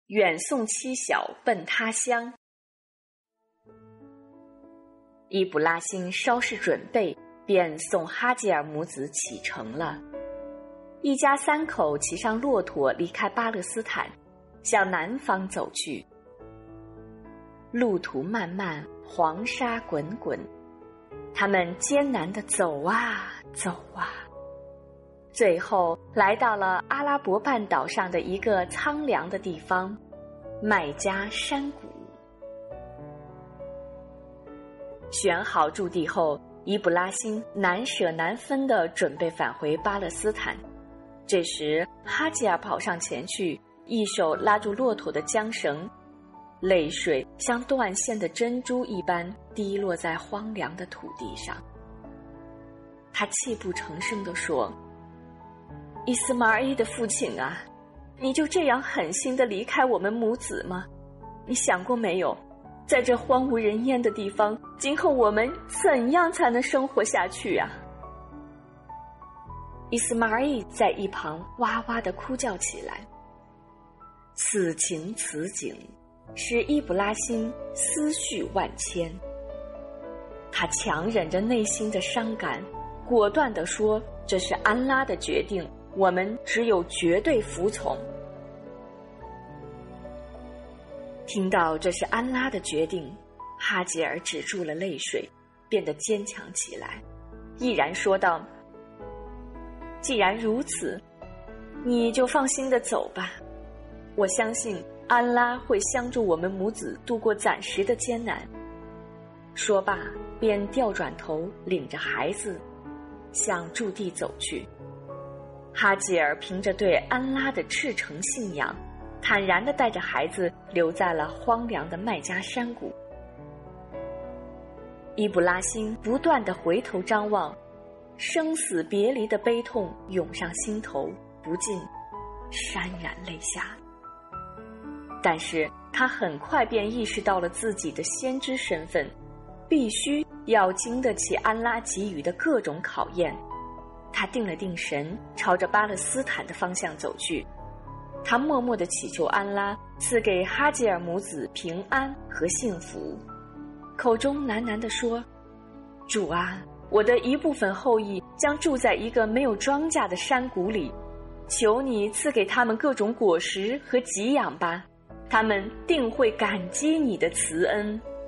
远送妻小奔他乡。伊卜拉欣稍事准备，便送哈吉尔母子启程了。一家3口骑上骆驼离开巴勒斯坦，向南方走去。路途漫漫，黄沙滚滚，他们艰难地走啊走啊，最后来到了阿拉伯半岛上的一个苍凉的地方——麦加山谷。选好驻地后，伊卜拉欣难舍难分地准备返回巴勒斯坦。这时哈吉尔跑上前去，一手拉住骆驼的缰绳，泪水像断线的珍珠一般滴落在荒凉的土地上。他泣不成声地说：伊斯马尔伊的父亲啊，你就这样狠心地离开我们母子吗？你想过没有，在这荒无人烟的地方，今后我们怎样才能生活下去啊？伊斯马尔伊在一旁哇哇地哭叫起来。此情此景使伊卜拉欣思绪万千，他强忍着内心的伤感，果断地说：这是安拉的决定，我们只有绝对服从。听到这是安拉的决定，哈吉尔止住了泪水，变得坚强起来，毅然说道：既然如此，你就放心地走吧，我相信安拉会相助我们母子度过暂时的艰难。说罢，便调转头领着孩子向驻地走去。哈吉尔凭着对安拉的赤诚信仰，坦然地带着孩子留在了荒凉的麦加山谷。伊卜拉欣不断地回头张望，生死别离的悲痛涌上心头，不禁潸然泪下。但是他很快便意识到了自己的先知身份，必须要经得起安拉给予的各种考验。他定了定神，朝着巴勒斯坦的方向走去。他默默地祈求安拉赐给哈吉尔母子平安和幸福，口中喃喃地说：主啊，我的一部分后裔将住在一个没有庄稼的山谷里，求你赐给他们各种果实和给养吧，他们定会感激你的慈恩。